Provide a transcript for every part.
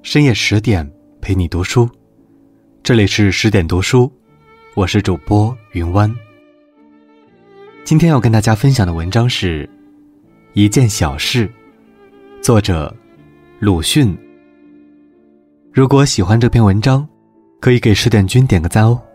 深夜10点陪你读书，这里是10点读书，我是主播云湾。今天要跟大家分享的文章是一件小事，作者鲁迅。如果喜欢这篇文章，可以给10点君点个赞哦。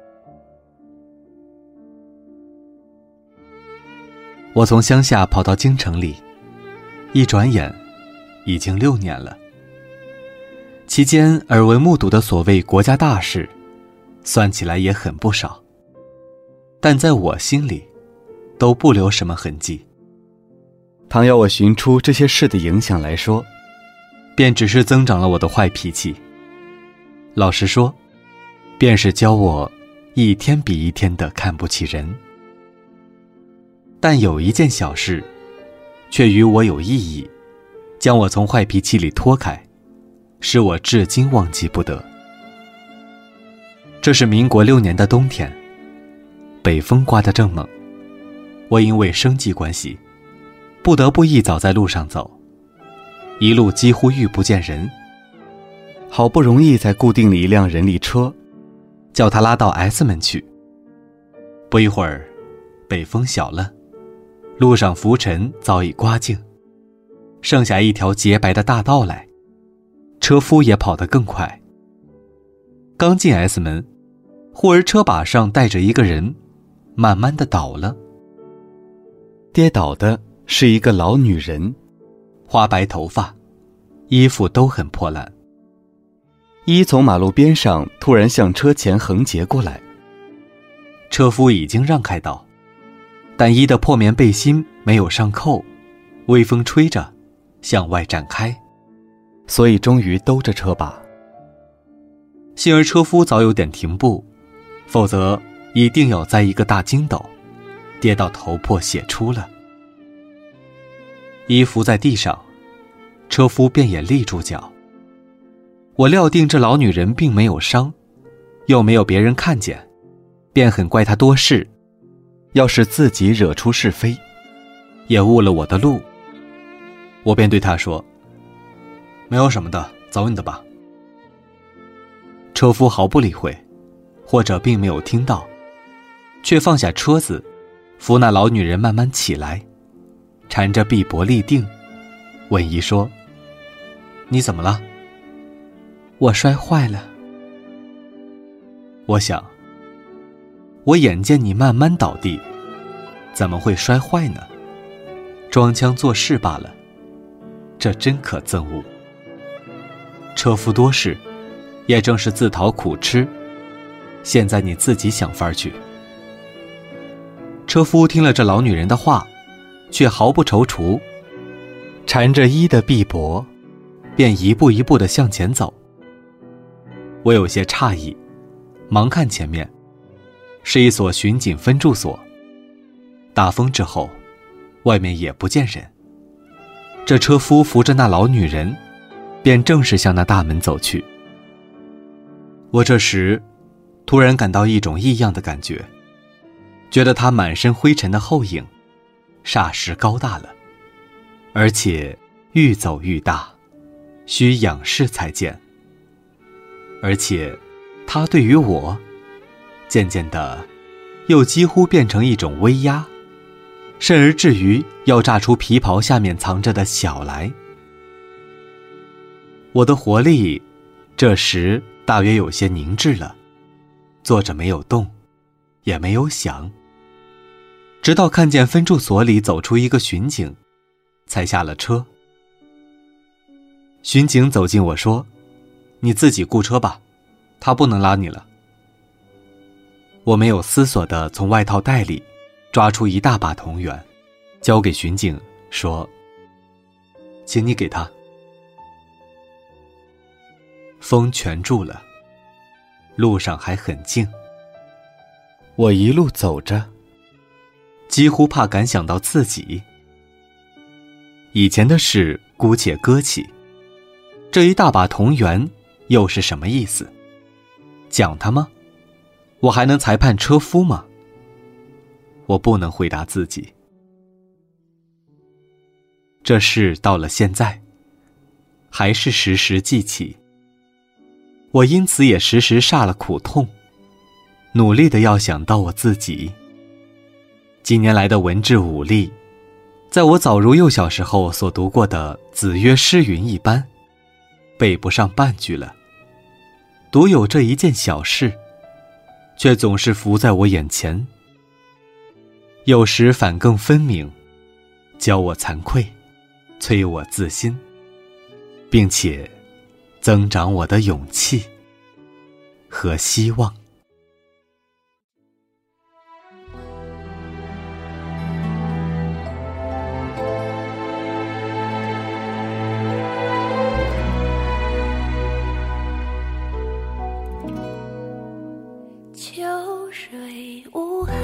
我从乡下跑到京城里，一转眼已经6年了。期间耳闻目睹的所谓国家大事，算起来也很不少，但在我心里都不留什么痕迹。倘要我寻出这些事的影响来说，便只是增长了我的坏脾气。老实说，便是教我一天比一天的看不起人。但有一件小事却与我有意义，将我从坏脾气里拖开，使我至今忘记不得。这是民国6年的冬天，北风刮得正猛，我因为生计关系不得不一早在路上走，一路几乎遇不见人，好不容易才固定了一辆人力车，叫他拉到 S 门去。不一会儿，北风小了，路上浮尘早已刮净，剩下一条洁白的大道来，车夫也跑得更快。刚进 S 门，忽而车把上带着一个人，慢慢地倒了。跌倒的是一个老女人，花白头发，衣服都很破烂。一从马路边上突然向车前横截过来，车夫已经让开道，但一的破棉背心没有上扣，微风吹着向外展开，所以终于兜着车把。幸而车夫早有点停步，否则一定要栽一个大筋斗，跌到头破血出了。衣服在地上，车夫便也立住脚。我料定这老女人并没有伤，又没有别人看见，便很怪她多事，要是自己惹出是非，也误了我的路。我便对她说，没有什么的，走你的吧。车夫毫不理会，或者并没有听到，却放下车子，扶那老女人慢慢起来，缠着臂膊立定，问一说，你怎么了？我摔坏了。我想，我眼见你慢慢倒地，怎么会摔坏呢？装腔作势罢了，这真可憎恶。车夫多事，也正是自讨苦吃，现在你自己想法去。车夫听了这老女人的话，却毫不踌躇，缠着一的臂膊，便一步一步地向前走。我有些诧异，忙看前面，是一所巡警分驻所。大风之后，外面也不见人。这车夫扶着那老女人，便正式向那大门走去。我这时突然感到一种异样的感觉，觉得他满身灰尘的后影霎时高大了，而且愈走愈大，需仰视才见。而且他对于我渐渐的又几乎变成一种威压，甚而至于要炸出皮袍下面藏着的小来。我的活力这时大约有些凝滞了，坐着没有动，也没有想，直到看见分驻所里走出一个巡警，才下了车。巡警走近我说，你自己雇车吧，他不能拉你了。我没有思索地从外套袋里抓出一大把铜元，交给巡警说，请你给他。风全住了，路上还很静。我一路走着，几乎怕敢想到自己。以前的事姑且搁起，这一大把铜元又是什么意思？讲他吗？我还能裁判车夫吗？我不能回答自己。这事到了现在，还是时时记起， 我因此也时时煞了苦痛，努力地要想到我自己。几年来的文治武力，在我早如幼小时候所读过的子曰诗云一般，背不上半句了。独有这一件小事，却总是浮在我眼前，有时反更分明，教我惭愧，催我自新，并且增长我的勇气和希望。 秋水无痕，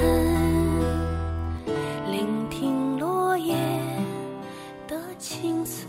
聆听落叶的倾诉。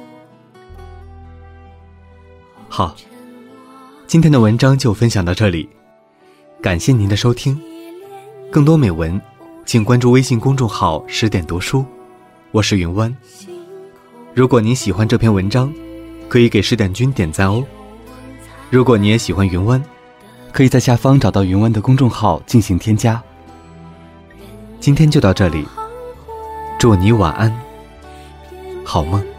好，今天的文章就分享到这里，感谢您的收听。更多美文请关注微信公众号10点读书，我是云湾。如果您喜欢这篇文章，可以给10点君点赞哦。如果你也喜欢云湾，可以在下方找到云湾的公众号进行添加。今天就到这里，祝你晚安，好梦。